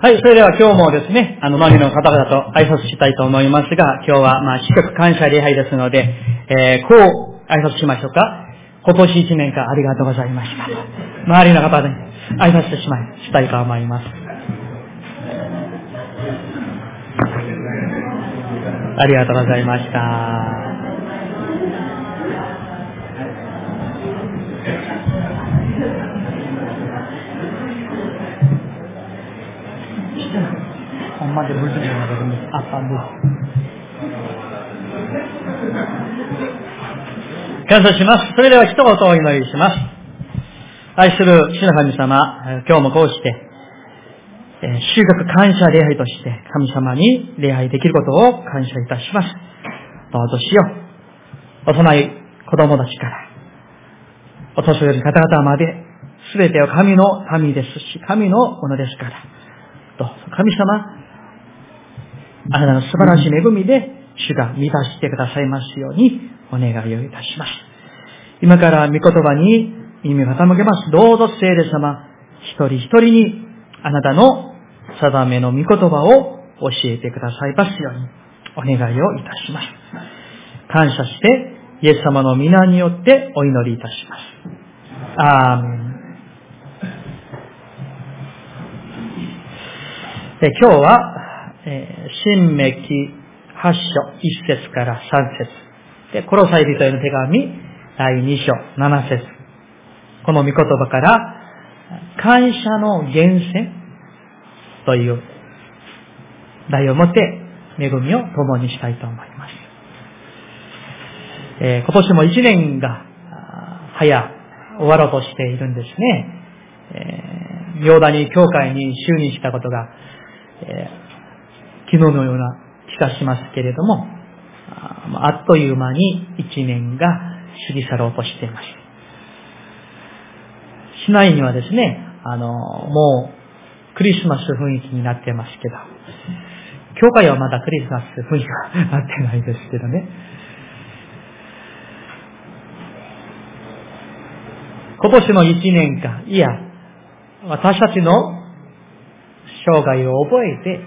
はい、それでは今日もですね、周りの方々と挨拶したいと思いますが、今日は祝福感謝礼拝ですので、こう挨拶しましょうか。今年1年間ありがとうございました。周りの方で挨拶したいと思います。ありがとうございました。엄마한테 물 좀 내놔거든요. 아빠 물. 感謝します。それでは一言お祈りします。愛する主の神様、今日もこうして、収穫感謝礼拝として神様に礼拝できることを感謝いたします。どうぞしよう。幼い子供たちから、お年寄りの方々まで、すべては神の民ですし、神のものですから、どうぞ神様、あなたの素晴らしい恵みで主が満たしてくださいますようにお願いをいたします。今から御言葉に耳を傾けます。どうぞ聖霊様、一人一人にあなたの定めの御言葉を教えてくださいますようにお願いをいたします。感謝してイエス様の皆によってお祈りいたします。アーメン。今日は申命記8章1節から3節で、コロサイ人への手紙第2章7節この御言葉から感謝の源泉という題をもって恵みを共にしたいと思います。今年も1年が早終わろうとしているんですね。明谷教会に就任したことが昨日のような気がしますけれども、あっという間に1年が過ぎ去ろうとしています。市内にはですね、もうクリスマス雰囲気になってますけど、教会はまだクリスマス雰囲気がなってないですけどね。今年の1年間、いや、私たちの生涯を覚えて、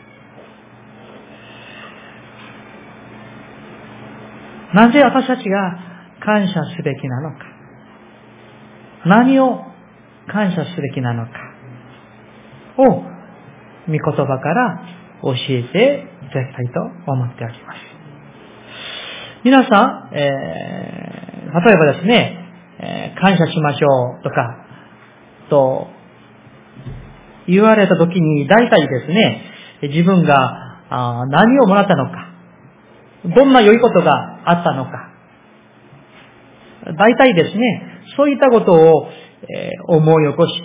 なぜ私たちが感謝すべきなのか、何を感謝すべきなのかを御言葉から教えていただきたいと思っております。皆さん、例えばですね、感謝しましょうとかと言われたときに、大体ですね、自分が何をもらったのか、どんな良いことがあったのか、大体ですね、そういったことを、思い起こして、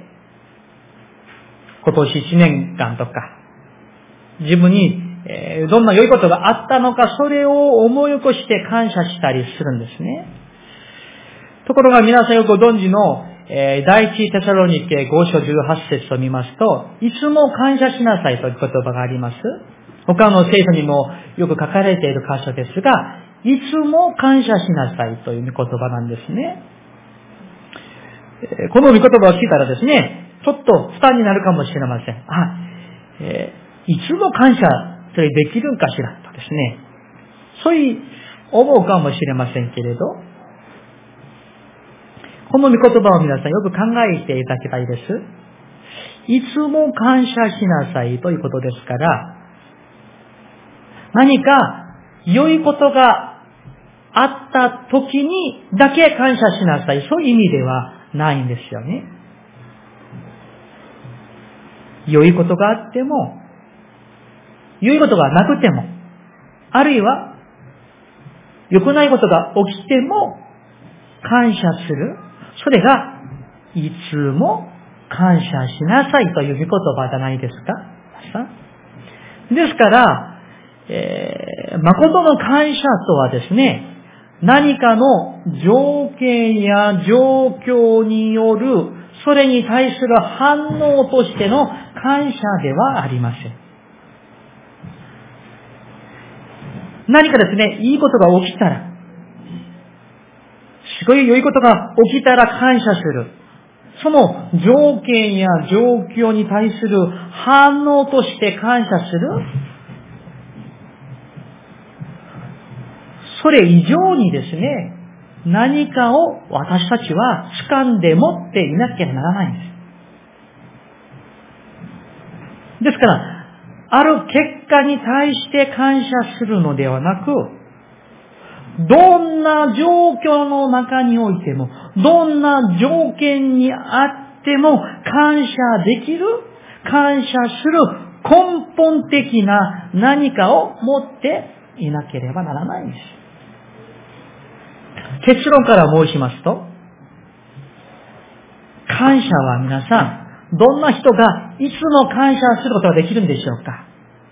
今年1年間とか、自分に、どんな良いことがあったのか、それを思い起こして感謝したりするんですね。ところが皆さんよくご存知の、第一テサロニケ5章18節を見ますと、いつも感謝しなさいという言葉があります。他の聖書にもよく書かれている箇所ですが、いつも感謝しなさいという御言葉なんですね。この御言葉を聞いたらですね、ちょっと負担になるかもしれません。いつも感謝それできるんかしらとですね、そういう思うかもしれませんけれど、この御言葉を皆さんよく考えていただきたいです。いつも感謝しなさいということですから、何か良いことがあった時にだけ感謝しなさい。そういう意味ではないんですよね。良いことがあっても、良いことがなくても、あるいは良くないことが起きても感謝する。それがいつも感謝しなさいという御言葉じゃないですか。ですから、誠の感謝とはですね、何かの条件や状況による、それに対する反応としての感謝ではありません。何かですね、いいことが起きたら、すごい良いことが起きたら感謝する。 その条件や状況に対する反応として感謝する。それ以上にですね、何かを私たちは掴んで持っていなきゃならないんです。ですから、ある結果に対して感謝するのではなく、どんな状況の中においても、どんな条件にあっても感謝できる、感謝する根本的な何かを持っていなければならないんです。結論から申しますと、感謝は皆さん、どんな人がいつも感謝することができるんでしょうか。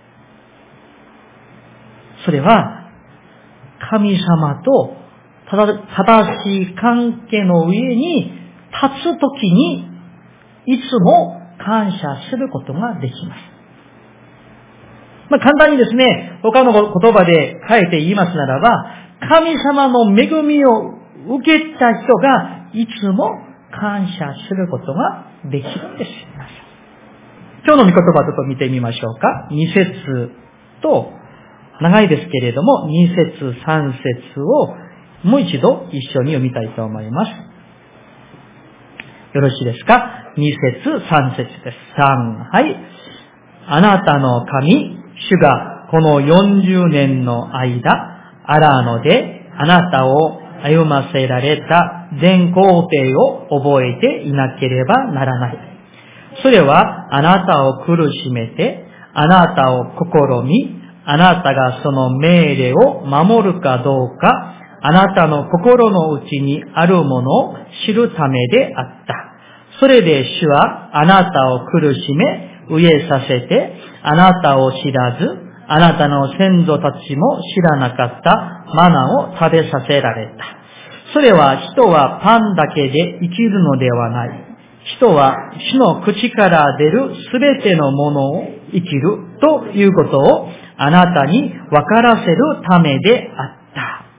それは、神様と正しい関係の上に立つときに、いつも感謝することができます。簡単にですね、他の言葉で書いて言いますならば、神様の恵みを受けた人がいつも感謝することができるんです。今日の御言葉ちょっと見てみましょうか。2節と、長いですけれども、2節3節をもう一度一緒に読みたいと思います。よろしいですか。2節3節です。3、はい。あなたの神、主がこの40年の間、アラノであなたを歩ませられた全工程を覚えていなければならない。それはあなたを苦しめて、あなたを試み、あなたがその命令を守るかどうか、あなたの心の内にあるものを知るためであった。それで主はあなたを苦しめ、飢えさせて、あなたを知らず、あなたの先祖たちも知らなかったマナを食べさせられた。それは人はパンだけで生きるのではない。人は主の口から出るすべてのものを生きるということをあなたに分からせるためであった。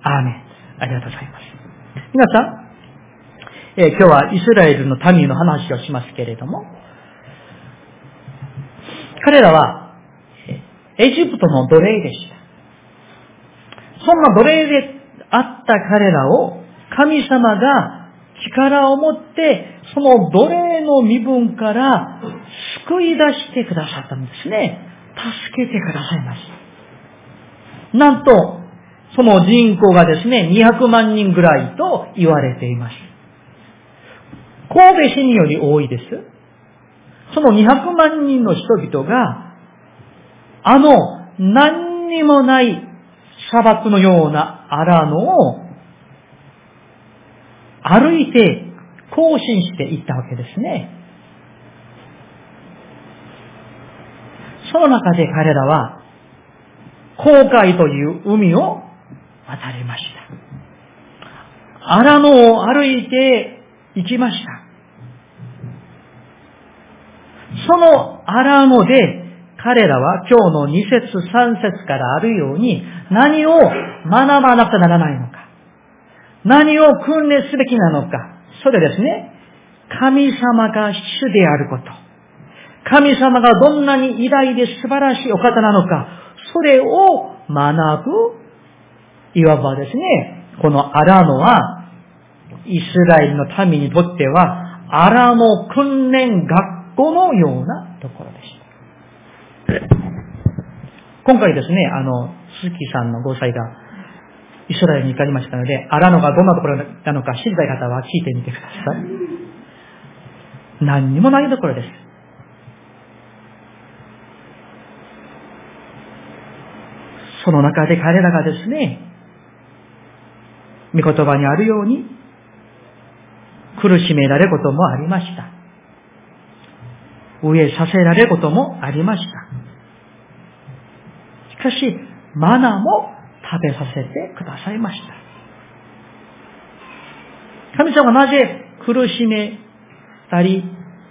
アーメン。ありがとうございます。皆さん、今日はイスラエルの民の話をしますけれども、彼らはエジプトの奴隷でした。そんな奴隷であった彼らを神様が力を持ってその奴隷の身分から救い出してくださったんですね。助けてくださいました。なんとその人口がですね、200万人ぐらいと言われています。神戸市により多いです。その200万人の人々が、何にもない砂漠のようなアラノを歩いて行進していったわけですね。その中で彼らは、紅海という海を渡りました。アラノを歩いて行きました。そのアラノで彼らは今日の2節3節からあるように何を学ばなくてならないのか。何を訓練すべきなのか。それですね。神様が主であること。神様がどんなに偉大で素晴らしいお方なのか。それを学ぶ。いわばですね、このアラノは、イスラエルの民にとっては、アラノ訓練学校のようなところでした。今回ですね、鈴木さんのご夫妻がイスラエルに行かれましたので、アラノがどんなところなのか知りたい方は聞いてみてください。何にもないところです。その中で彼らがですね、御言葉にあるように苦しめられることもありました。飢えさせられることもありました。しかし、マナも食べさせてくださいました。神様はなぜ苦しめたり、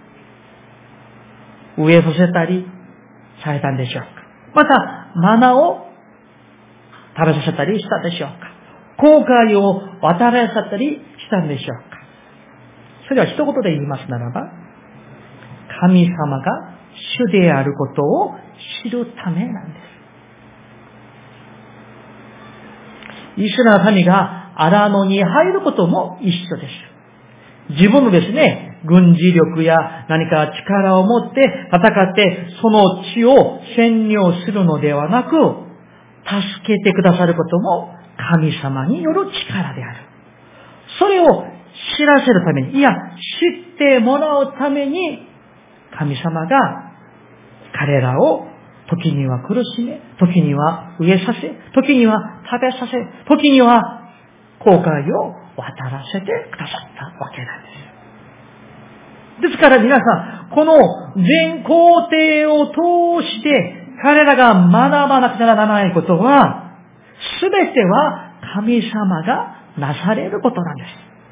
飢えさせたりされたんでしょうか。また、マナを食べさせたりしたでしょうか。紅海を渡らせたりしたんでしょうか。 それは一言で言いますならば、神様が主であることを知るためなんです。イスラエルの民がアラノに入ることも一緒です。自分のですね、軍事力や何か力を持って戦ってその地を占領するのではなく、助けてくださることも神様による力である。それを知らせるために、いや、知ってもらうために、神様が彼らを時には苦しめ、時には飢えさせ、時には食べさせ、時には航海を渡らせてくださったわけなんです。ですから皆さん、この全工程を通して彼らが学ばなくならないことは、すべては神様がなされることなんです。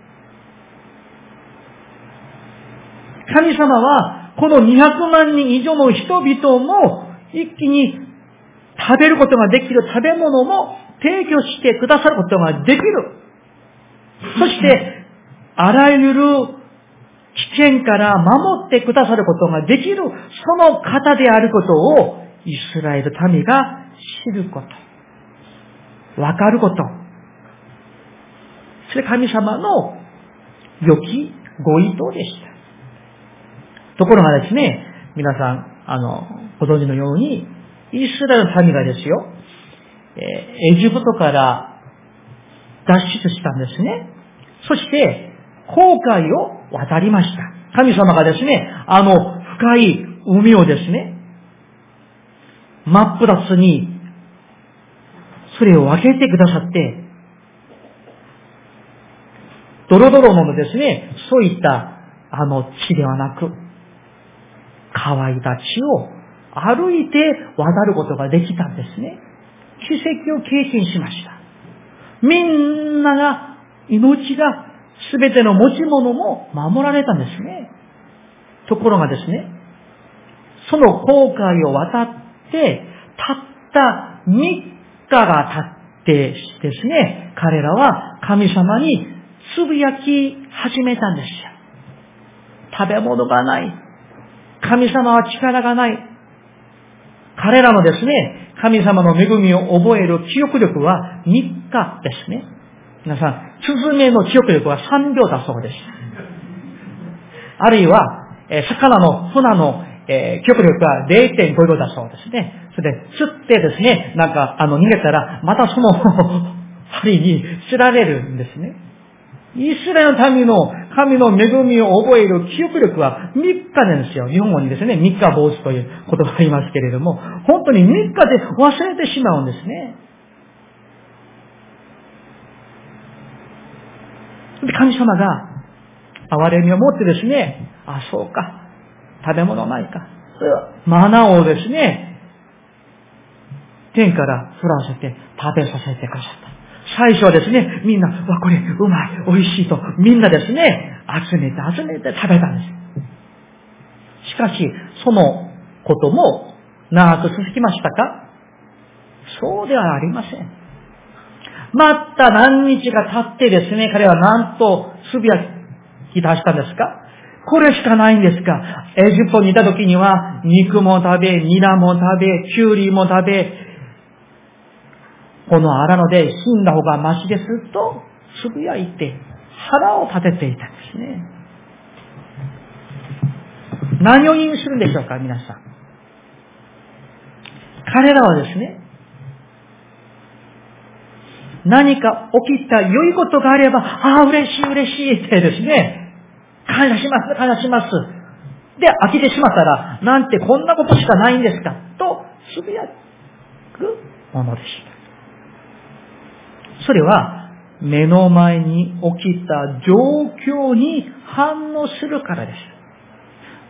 神様はこの200万人以上の人々も一気に食べることができる食べ物も提供してくださることができる。そしてあらゆる危険から守ってくださることができる、その方であることをイスラエル民が知ること、わかること、それ神様の良きご意図でした。ところがですね、皆さん、ご存知のように、イスラエルの民がですよ、エジプトから脱出したんですね。そして、航海を渡りました。神様がですね、深い海をですね、真っ二つに、それを分けてくださって、ドロドロのですね、そういった地ではなく、乾いた地を歩いて渡ることができたんですね。奇跡を経験しました。みんなが、命が、すべての持ち物も守られたんですね。ところがですね、その航海を渡って、たった3日が経ってですね、彼らは神様につぶやき始めたんですよ。食べ物がない。神様は力がない。彼らのですね、神様の恵みを覚える記憶力は3日ですね。皆さん、スズメの記憶力は3秒だそうです。あるいは、魚の船の、記憶力は 0.5 秒だそうですね。それで、釣ってですね、逃げたら、またその針に釣られるんですね。イスラエルの民の神の恵みを覚える記憶力は3日なんですよ。日本語にですね、3日坊主という言葉がありますけれども、本当に3日で忘れてしまうんですね。で、神様が憐れみを持ってですね、あ、そうか、食べ物ないか。それはマナをですね、天から降らせて食べさせてくださった。最初はですね、みんな、わ、これ、うまい、美味しいと、みんなですね、集めて食べたんです。しかし、そのことも長く続きましたか？そうではありません。また何日が経ってですね、彼はなんとつぶやき出したんですか？これしかないんですか？エジプトにいた時には、肉も食べ、ニラも食べ、キュウリも食べ、この荒野で死んだ方がマシですとつぶやいて腹を立てていたんですね。何を意味するんでしょうか、皆さん。彼らはですね、何か起きた良いことがあれば、ああ、嬉しいってですね、感謝します。で、飽きてしまったら、なんてこんなことしかないんですかとつぶやくものでした。それは目の前に起きた状況に反応するからです。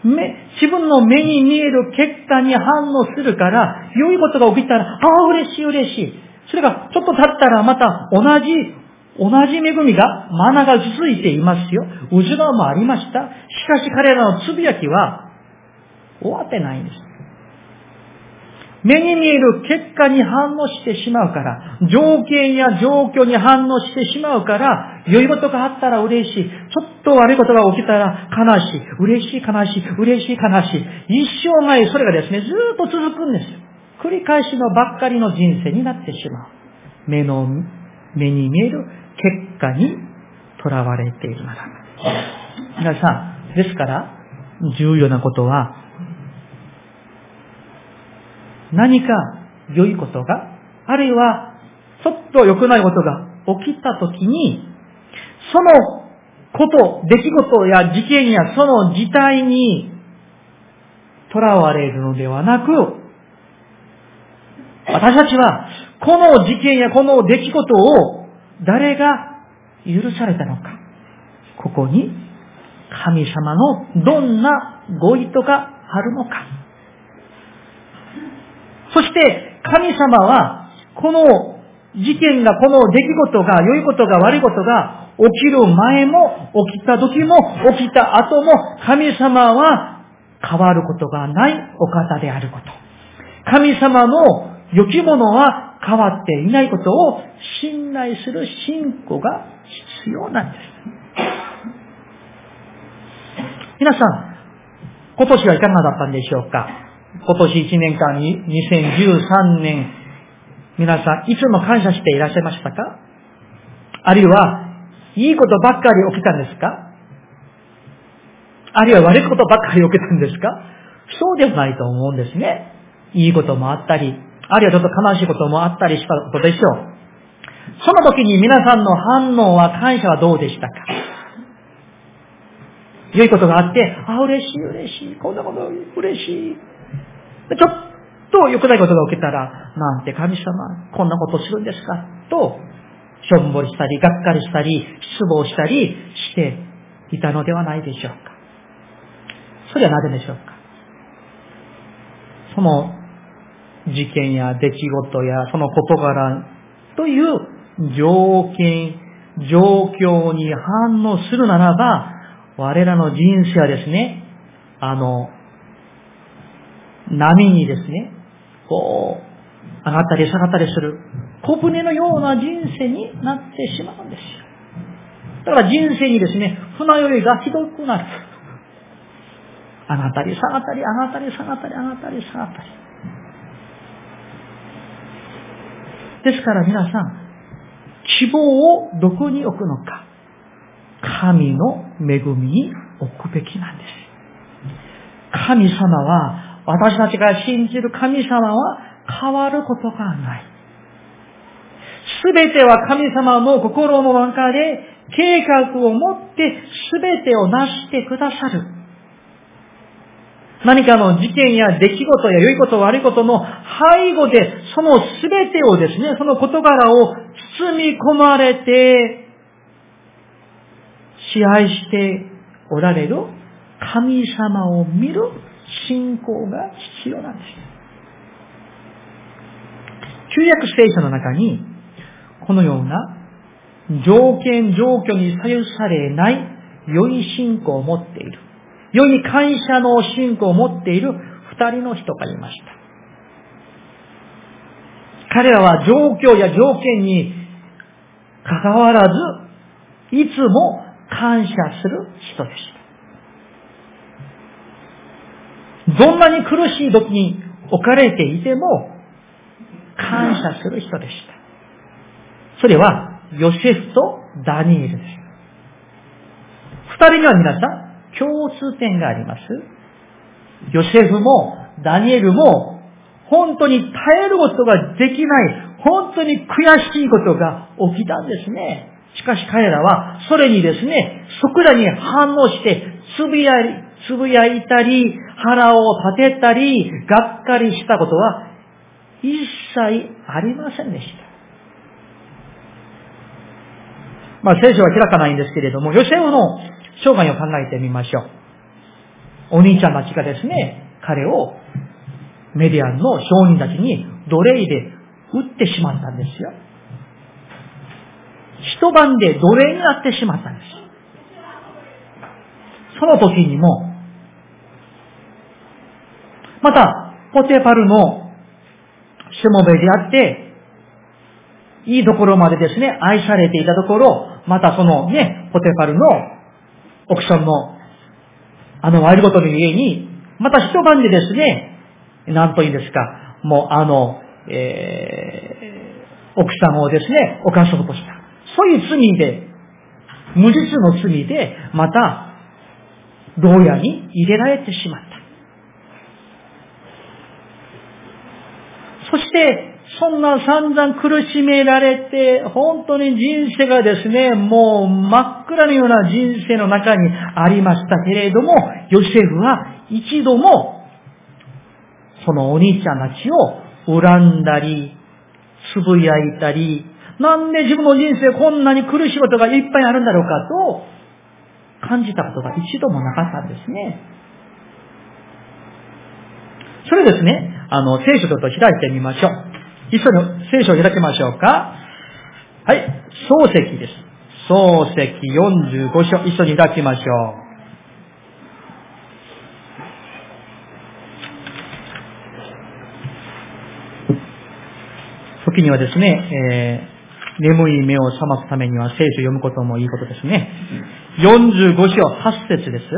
自分の目に見える結果に反応するから、良いことが起きたら、ああ、嬉しい。それがちょっと経ったらまた同じ恵みが、マナが続いていますよ。うずらもありました。しかし彼らのつぶやきは終わってないんです。 目に見える結果に反応してしまうから、条件や状況に反応してしまうから、良いことがあったら嬉しい。ちょっと悪いことが起きたら悲しい。嬉しい、悲しい、嬉しい、悲しい。一生涯それがですね、ずっと続くんですよ。繰り返しのばっかりの人生になってしまう。目に見える結果にとらわれているなら。皆さん、ですから、重要なことは、何か良いことが、あるいはちょっと良くないことが起きたときに、そのこと、出来事や事件やその事態にとらわれるのではなく、私たちはこの事件やこの出来事を誰が許されたのか、ここに神様のどんなご意図があるのか。そして神様はこの事件が、この出来事が、良いことが悪いことが起きる前も、起きた時も、起きた後も、神様は変わることがないお方であること。神様の良きものは変わっていないことを信頼する信仰が必要なんです。皆さん、今年はいかがだったんでしょうか。今年1年間に2013年、皆さんいつも感謝していらっしゃいましたか？あるいはいいことばっかり起きたんですか？あるいは悪いことばっかり起きたんですか？そうではないと思うんですね。いいこともあったり、あるいはちょっと悲しいこともあったりしたことでしょう。その時に皆さんの反応は、感謝はどうでしたか？良いことがあって、嬉しい嬉しい、こんなこと嬉しい。ちょっと良くないことが起きたら、なんて神様、こんなことするんですかと、しょんぼりしたり、がっかりしたり、失望したりしていたのではないでしょうか。それはなぜでしょうか。その事件や出来事やその事柄という条件、状況に反応するならば、我らの人生はですね、波にですね、こう、上がったり下がったりする小舟のような人生になってしまうんですよ。だから人生にですね、船酔いがひどくなる。上がったり下がったり、上がったり下がったり、上がったり下がったり。ですから皆さん、希望をどこに置くのか、神の恵みに置くべきなんです。神様は、私たちが信じる神様は変わることがない。すべては神様の心の中で計画を持ってすべてを成してくださる。何かの事件や出来事や良いこと悪いことの背後でそのすべてをですね、その事柄を包み込まれて支配しておられる神様を見る信仰が必要なんです。旧約聖書の中にこのような条件状況に左右されない良い信仰を持っている、良い感謝の信仰を持っている二人の人がいました。彼らは状況や条件に関わらずいつも感謝する人でした。どんなに苦しい時に置かれていても感謝する人でした。それはヨセフとダニエルです。二人には皆さん共通点があります。ヨセフもダニエルも本当に耐えることができない、本当に悔しいことが起きたんですね。しかし彼らはそれにですね、そこらに反応してつぶやいたり、腹を立てたり、がっかりしたことは一切ありませんでした。聖書は開かないんですけれども、ヨセフの生涯を考えてみましょう。お兄ちゃんたちがですね、彼をメディアンの商人たちに奴隷で撃ってしまったんですよ。一晩で奴隷になってしまったんです。その時にも、また、ポティファルのしもべであって、いいところまでですね、愛されていたところ、またそのね、ポテファルの奥さんの悪いことの家に、また一晩でですね、なんというんですか、もう奥さんをですね、犯そうとした。そういう罪で、無実の罪で、また、牢屋に入れられてしまった。そして、そんな散々苦しめられて、本当に人生がですね、もう真っ暗のような人生の中にありましたけれども、ヨセフは一度も、そのお兄ちゃんたちを恨んだり、つぶやいたり、なんで自分の人生こんなに苦しいことがいっぱいあるんだろうかと感じたことが一度もなかったんですね。それですね、聖書と開いてみましょう。一緒に聖書を開きましょうか。はい、創世記です。創世記45章、一緒に開きましょう。時にはですね、眠い目を覚ますためには聖書を読むこともいいことですね。45章8節です。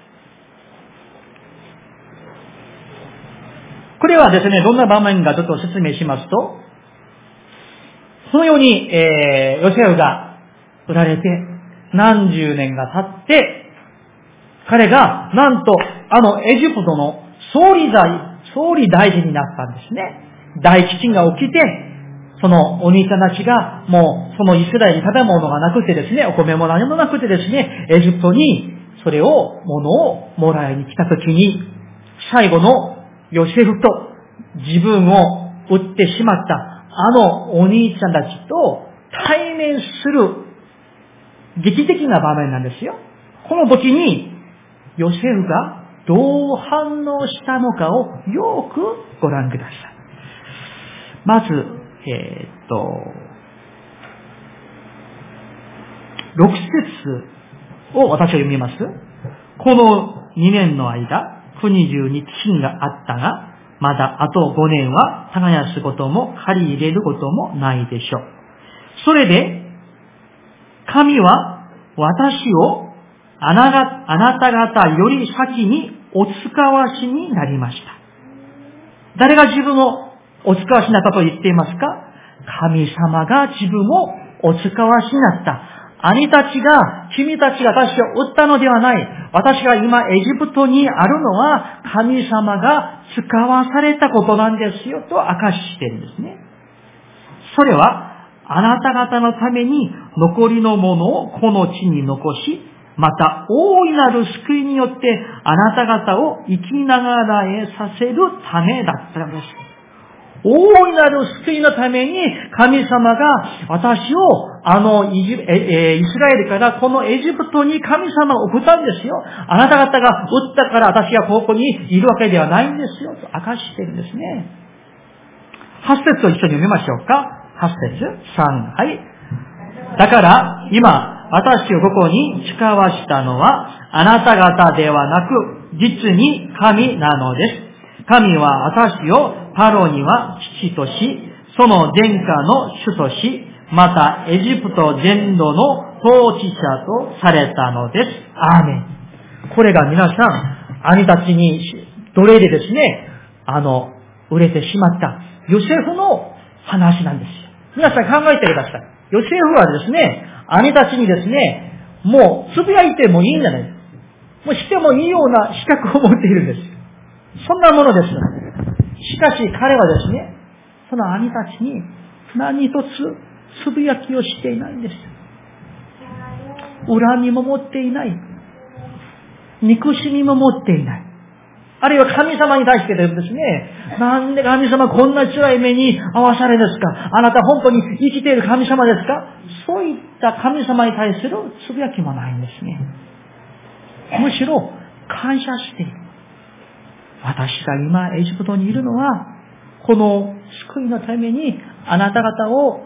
これはですね、どんな場面かちょっと説明しますと、そのように、ヨセフが売られて、何十年が経って、彼が、なんと、エジプトの総理大臣になったんですね。大飢饉が起きて、そのお兄さんたちが、もう、そのイスラエルに食べ物がなくてですね、お米も何もなくてですね、エジプトに、物をもらいに来たときに、最後のヨセフと自分を売ってしまったお兄ちゃんたちと対面する劇的な場面なんですよ。この時にヨセフがどう反応したのかをよくご覧ください。まず、6節を私は読みます。この2年の間、国中に飢饉があったが、まだあと5年は耕すことも借り入れることもないでしょう。それで、神は私をあなた方より先にお使わしになりました。誰が自分をお使わしになったと言っていますか？神様が自分をお使わしになった。君たちが私を売ったのではない。私が今エジプトにあるのは神様が使わされたことなんですよと明かしているんですね。それはあなた方のために残りのものをこの地に残し、また大いなる救いによってあなた方を生きながらえさせるためだったのです。大いなる救いのために神様が私をイスラエルからこのエジプトに神様を送ったんですよ。あなた方が撃ったから私がここにいるわけではないんですよと明かしているんですね。8節を一緒に読みましょうか。8節3、はい。だから今私をここに誓わしたのはあなた方ではなく実に神なのです。神は私をパロには父とし、その殿下の主とし、またエジプト全土の統治者とされたのです。アーメン。これが皆さん、兄たちに奴隷でですね、売れてしまったヨセフの話なんですよ。皆さん考えてください。ヨセフはですね、兄たちにですね、もうつぶやいてもいいんじゃないですか。もうしてもいいような資格を持っているんですよ。そんなものです。しかし彼はですね、その兄たちに何一つつぶやきをしていないんです。恨みも持っていない。憎しみも持っていない。あるいは神様に対してですね、なんで神様こんな辛い目に遭わされるんですか？あなた本当に生きている神様ですか？そういった神様に対するつぶやきもないんですね。むしろ感謝している。私が今エジプトにいるのは、この救いのためにあなた方を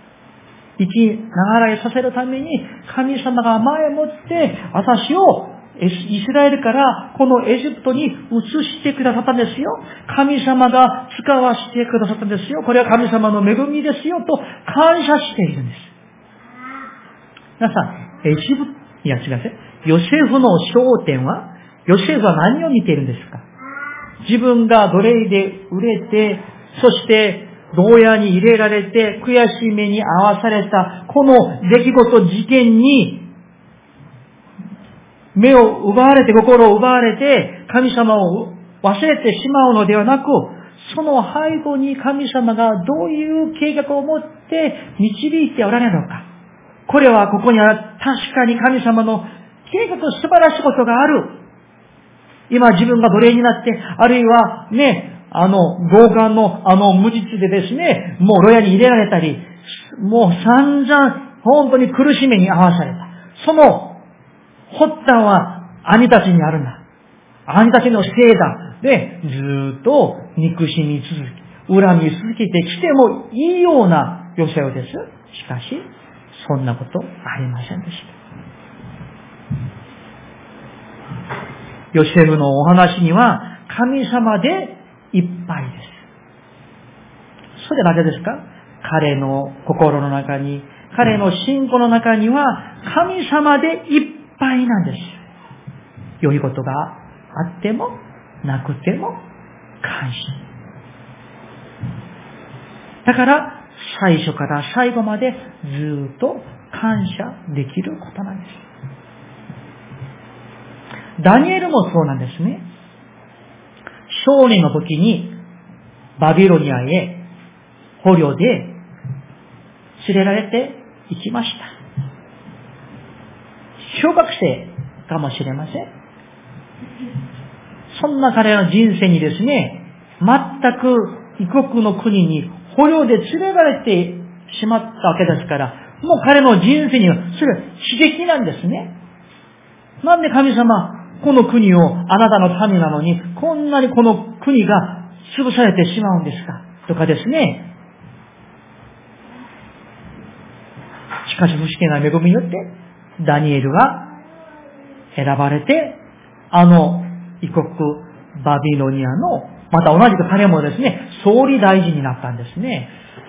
生きながらえさせるために神様が前もって私をイスラエルからこのエジプトに移してくださったんですよ。神様が使わせてくださったんですよ。これは神様の恵みですよと感謝しているんです。皆さん、エジプト、いや違うね。ヨセフの焦点は、ヨセフは何を見ているんですか？自分が奴隷で売れて、そして牢屋に入れられて悔しい目に遭わされたこの出来事事件に目を奪われて、心を奪われて、神様を忘れてしまうのではなく、その背後に神様がどういう計画を持って導いておられるのか。これはここにある、確かに神様の計画、素晴らしいことがある。今自分が奴隷になって、あるいはね、強姦の無実でですね、もう牢屋に入れられたり、もう散々本当に苦しめに遭わされた。その発端は兄たちにあるんだ。兄たちのせいだ。で、ずーっと憎しみ続き、恨み続けてきてもいいようなヨセフです。しかし、そんなことありませんでした。ヨセフのお話には神様でいっぱいです。それなぜですか？彼の心の中に、彼の信仰の中には神様でいっぱいなんです。良いことがあってもなくても感謝。だから最初から最後までずっと感謝できることなんです。ダニエルもそうなんですね。少年の時にバビロニアへ捕虜で連れられて行きました。小学生かもしれません。そんな彼の人生にですね、全く異国の国に捕虜で連れられてしまったわけですから、もう彼の人生にはそれは刺激なんですね。なんで神様、この国をあなたの民なのに、こんなにこの国が潰されてしまうんですかとかですね。しかし不思議な恵みによってダニエルは選ばれて、異国バビロニアの、また同じく彼もですね、総理大臣になったんですね。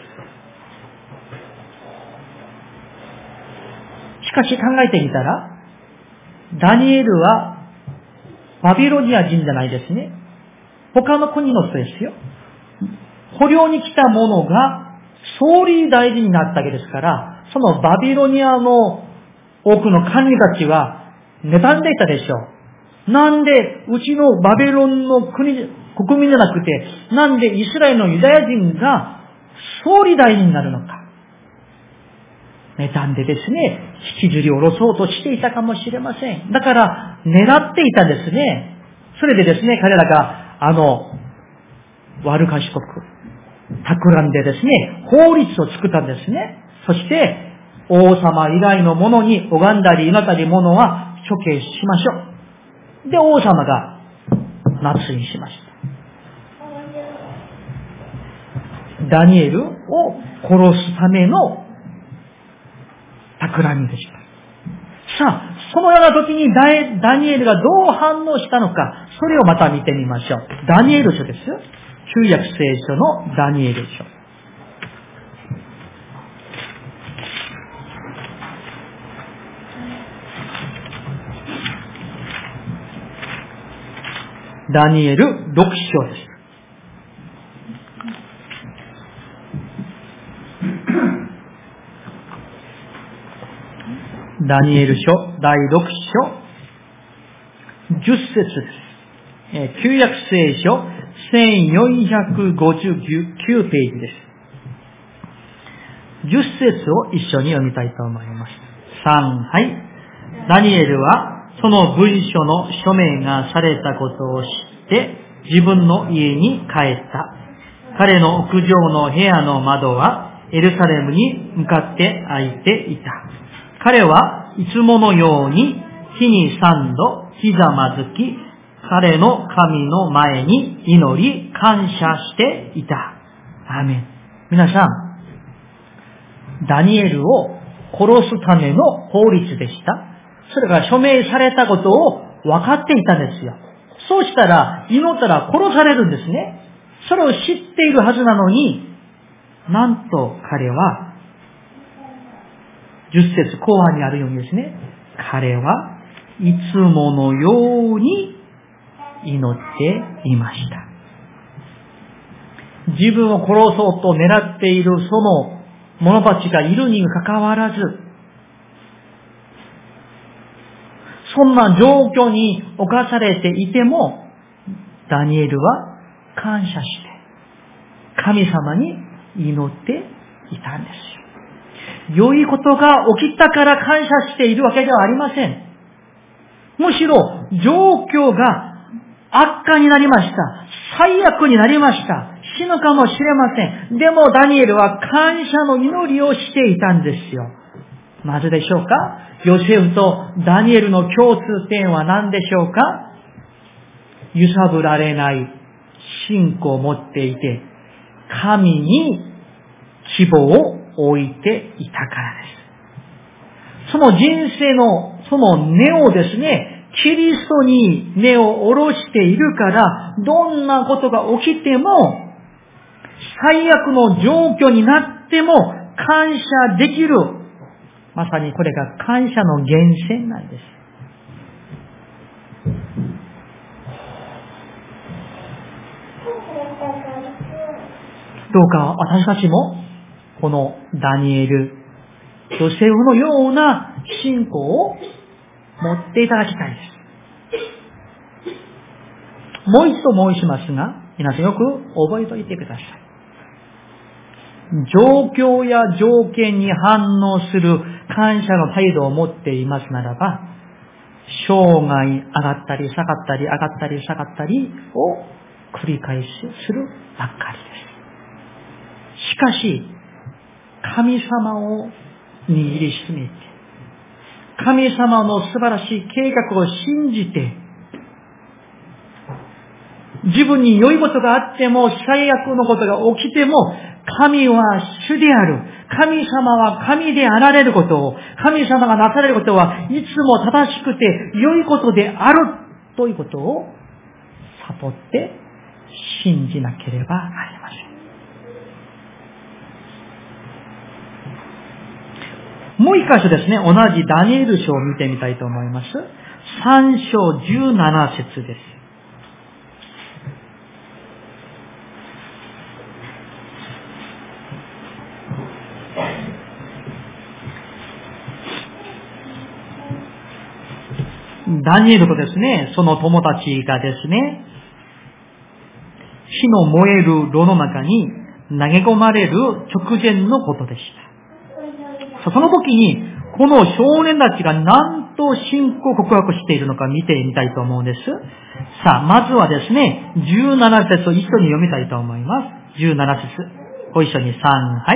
しかし考えてみたら、ダニエルはバビロニア人じゃないですね。他の国の人ですよ。捕虜に来た者が総理大臣になったわけですから、そのバビロニアの多くの官吏たちは妬んでいたでしょう。なんでうちのバビロンの国民じゃなくて、なんでイスラエルのユダヤ人が総理大臣になるのか。妬んでですね、引きずり下ろそうとしていたかもしれません。だから狙っていたんですね。それでですね、彼らが悪賢く企んでですね、法律を作ったんですね。そして王様以外の者に拝んだり祈ったり者は処刑しましょう。で、王様が捺印しました。ダニエルを殺すための企みでした。さあ、そのような時にダニエルがどう反応したのか、それをまた見てみましょう。ダニエル書です。旧約聖書のダニエル書。ダニエル6章です。ダニエル書第6章10節です。旧約聖書1459ページです。10節を一緒に読みたいと思います。3、はい。ダニエルはその文書の署名がされたことを知って自分の家に帰った。彼の屋上の部屋の窓はエルサレムに向かって開いていた。彼はいつものように日に3度ひざまずき、彼の神の前に祈り感謝していた。アーメン。皆さん、ダニエルを殺すための法律でした。それが署名されたことを分かっていたんですよ。そうしたら、祈ったら殺されるんですね。それを知っているはずなのに、なんと彼は、10節後半にあるようにですね、彼はいつものように祈っていました。自分を殺そうと狙っているその者たちがいるにもかかわらず、そんな状況に侵されていても、ダニエルは感謝して、神様に祈っていたんですよ。良いことが起きたから感謝しているわけではありません。むしろ、状況が悪化になりました。最悪になりました。死ぬかもしれません。でもダニエルは感謝の祈りをしていたんですよ。なぜでしょうか？ヨセフとダニエルの共通点は何でしょうか？揺さぶられない信仰を持っていて、神に希望を置いていたからです。その人生のその根をですね、キリストに根を下ろしているから、どんなことが起きても、最悪の状況になっても感謝できる。まさにこれが感謝の源泉なんです。どうか私たちもこのダニエル、ヨセフのような信仰を持っていただきたいです。もう一度申しますが、皆さんよく覚えておいてください。状況や条件に反応する感謝の態度を持っていますならば、生涯上がったり下がったり上がったり下がったりを繰り返しするばっかりです。しかし、神様を握りしめて、神様の素晴らしい計画を信じて、自分に良いことがあっても、最悪のことが起きても、神は主である。神様は神であられることを、神様がなされることはいつも正しくて良いことであるということを悟って信じなければなりません。もう一箇所ですね、同じダニエル書を見てみたいと思います。3章17節です。ダニエルとですね、その友達がですね、火の燃える炉の中に投げ込まれる直前のことでした。その時に、この少年たちが何と信仰告白しているのか見てみたいと思うんです。さあ、まずはですね、17節を一緒に読みたいと思います。17節。ご一緒に3、はい。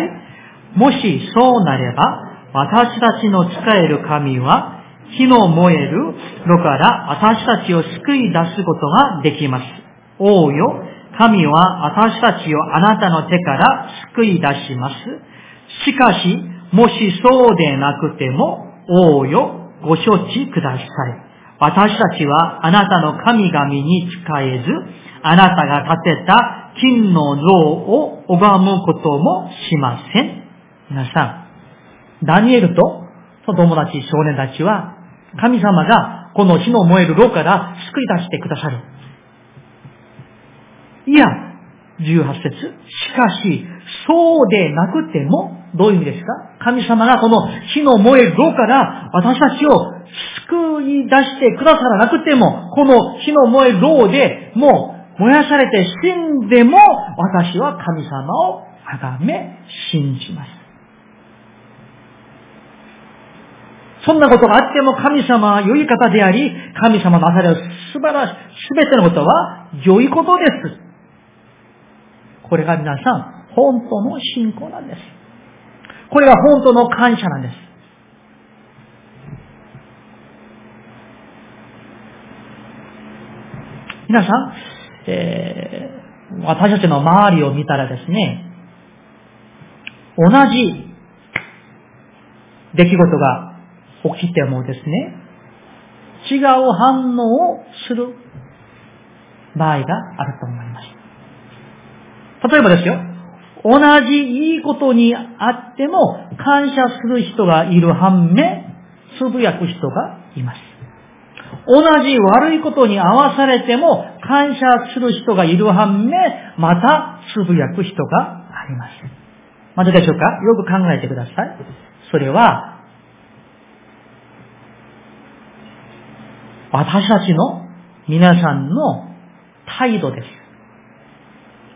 もしそうなれば、私たちの仕える神は、火の燃える炉から私たちを救い出すことができます。王よ、神は私たちをあなたの手から救い出します。しかし、もしそうでなくても、王よ、ご承知ください。私たちはあなたの神々に仕えず、あなたが建てた金の像を拝むこともしません。皆さん、ダニエルとその友達、少年たちは、神様がこの火の燃える炉から救い出してくださる。いや、18節。しかし、そうでなくても、どういう意味ですか？神様がこの火の燃える炉から私たちを救い出してくださらなくても、この火の燃える炉でもう燃やされて死んでも、私は神様を崇め信じます。そんなことがあっても神様は良い方であり、神様のなされる素晴らしい、すべてのことは良いことです。これが皆さん、本当の信仰なんです。これが本当の感謝なんです。皆さん、私たちの周りを見たらですね、同じ出来事が起きてもですね、 違う反応をする場合があると思います。例えばですよ、同じいいことにあっても感謝する人がいる反面、つぶやく人がいます。同じ悪いことに合わされても感謝する人がいる反面、またつぶやく人があります。なぜでしょうか？よく考えてください。それは、私たちの皆さんの態度です。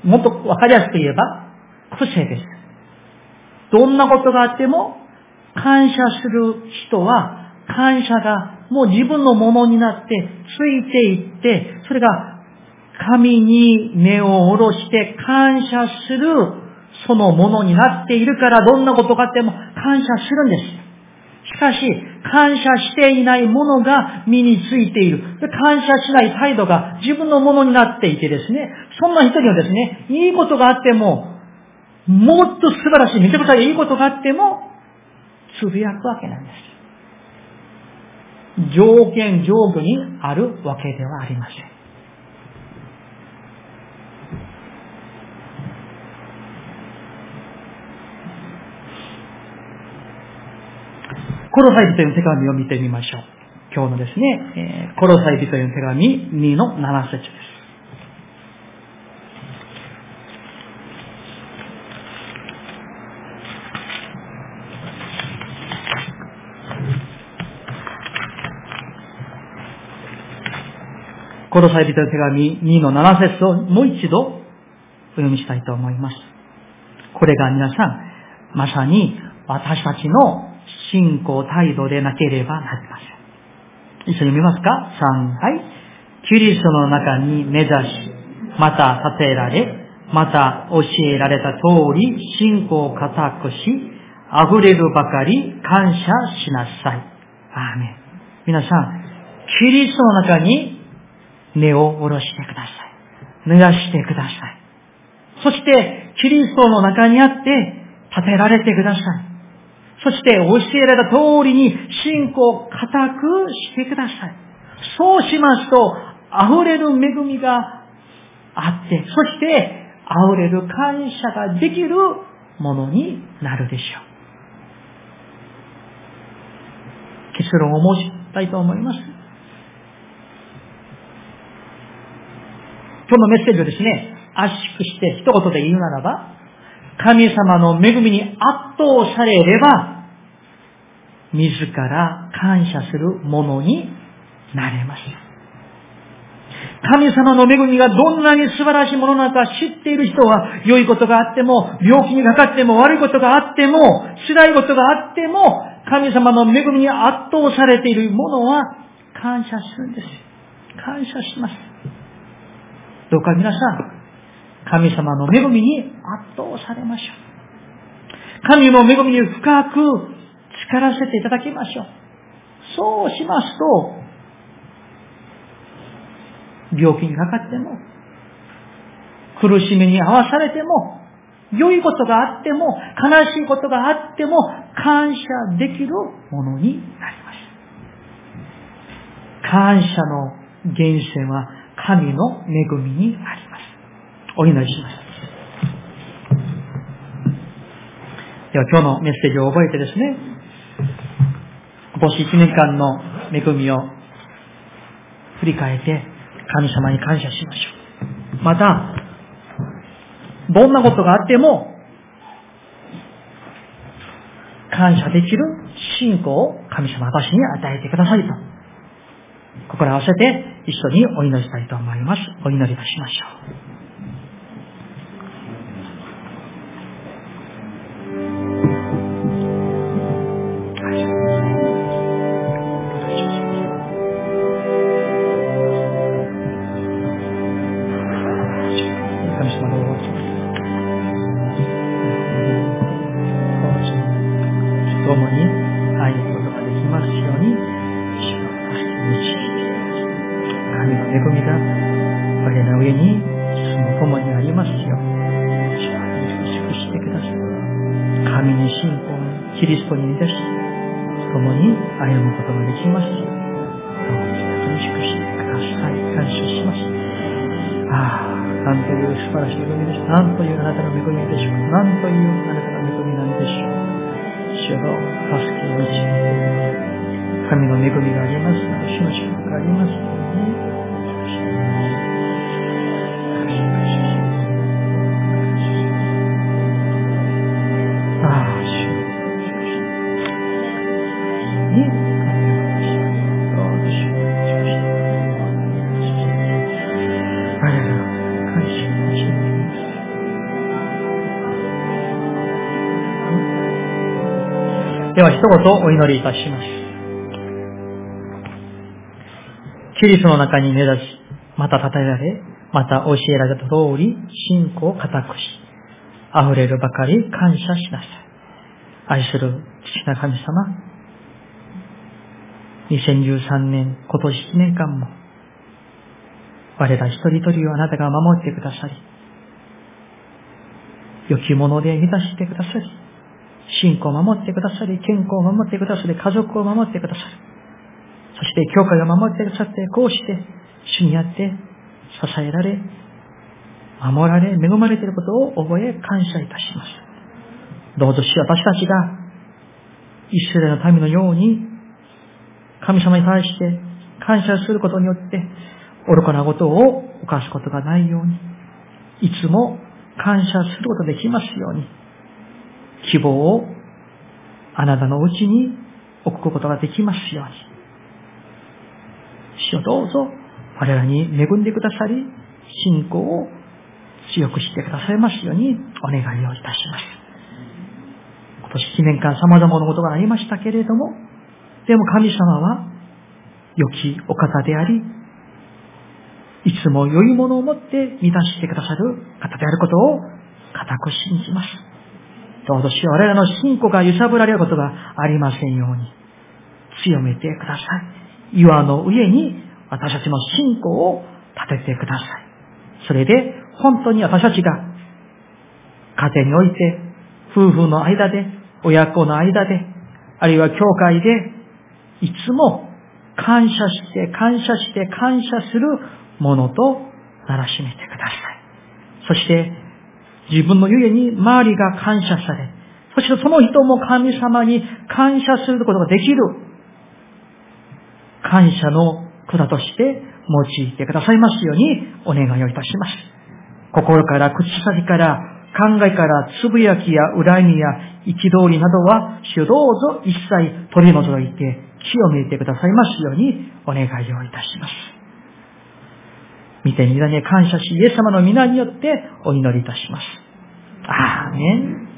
もっとわかりやすく言えば、癖です。どんなことがあっても、感謝する人は、感謝がもう自分のものになって、ついていって、それが神に目を下ろして感謝するそのものになっているから、どんなことがあっても感謝するんです。しかし、感謝していないものが身についている。感謝しない態度が自分のものになっていてですね、そんな人にはですね、いいことがあっても、もっと素晴らしい、めちゃくちゃいいことがあっても、つぶやくわけなんです。条件上手にあるわけではありません。コロサイ人という手紙を見てみましょう。今日のですね、コロサイ人という手紙2の7節です。コロサイ人の手紙2の7節をもう一度お読みしたいと思います。これが皆さん、まさに私たちの信仰態度でなければなりません。一緒に見ますか？ 3、はい。キリストの中に根ざし、また立てられ、また教えられた通り信仰を固くし、溢れるばかり感謝しなさい。アーメン。皆さん、キリストの中に根を下ろしてください。根ざしてください。そして、キリストの中にあって、立てられてください。そして、教えられた通りに信仰を固くしてください。そうしますと、溢れる恵みがあって、そして、溢れる感謝ができるものになるでしょう。結論を申したいと思います。今日のメッセージをですね、圧縮して一言で言うならば、神様の恵みに圧倒されれば、自ら感謝するものになれます。神様の恵みがどんなに素晴らしいものなのか知っている人は、良いことがあっても、病気にかかっても、悪いことがあっても、辛いことがあっても、神様の恵みに圧倒されているものは感謝するんです。感謝します。どうか皆さん、神様の恵みに圧倒されましょう。神の恵みに深く浸からせていただきましょう。そうしますと、病気にかかっても、苦しみに遭わされても、良いことがあっても、悲しいことがあっても、感謝できるものになります。感謝の源泉は神の恵みにあります。お祈りします。では今日のメッセージを覚えてですね、今年1年間の恵みを振り返って神様に感謝しましょう。また、どんなことがあっても感謝できる信仰を神様私に与えてくださいと心合わせて一緒にお祈りしたいと思います。お祈りいたしましょう。キリストに満たし、共に歩むことができます。どうぞしくしてください。感謝します。なんという素晴らしい恵みでしょう。なんというあなたの恵みでしょう。なんというあなたの恵みなんでしょう。主よ、助けを導いて神の恵みがありますので、主の祝福がありますので、では一言お祈りいたします。キリストの中に根立ち、また称えられ、また教えられた通り、信仰を固くし、溢れるばかり感謝しなさい。愛する父な神様、2013年、今年1年間も、我ら一人一人をあなたが守ってくださり、良きもので満たしてくださり、信仰を守ってくださり、健康を守ってくださり、家族を守ってくださり、そして教会を守ってくださって、こうして主にあって支えられ、守られ、恵まれていることを覚え感謝いたします。どうぞ主、私たちがイスラエルの民のように神様に対して感謝することによって愚かなことを犯すことがないように、いつも感謝することができますように、希望をあなたのうちに置くことができますように、主をどうぞ我らに恵んでくださり、信仰を強くしてくださいますようにお願いをいたします。今年1年間様々なことがありましたけれども、でも神様は良きお方であり、いつも良いものをもって満たしてくださる方であることを固く信じます。どうぞ主よ、我らの信仰が揺さぶられることがありませんように強めてください。岩の上に私たちの信仰を立ててください。それで本当に私たちが家庭において、夫婦の間で、親子の間で、あるいは教会でいつも感謝して感謝して感謝するものとならしめてください。そして自分のゆえに周りが感謝され、そしてその人も神様に感謝することができる感謝の管として用いてくださいますようにお願いをいたします。心から、口先から、考えから、つぶやきや恨みや憤りなどは主どうぞ一切取り除いて清めてくださいますようにお願いをいたします。御手に委ね感謝し、イエス様の皆によってお祈りいたします。アーメン。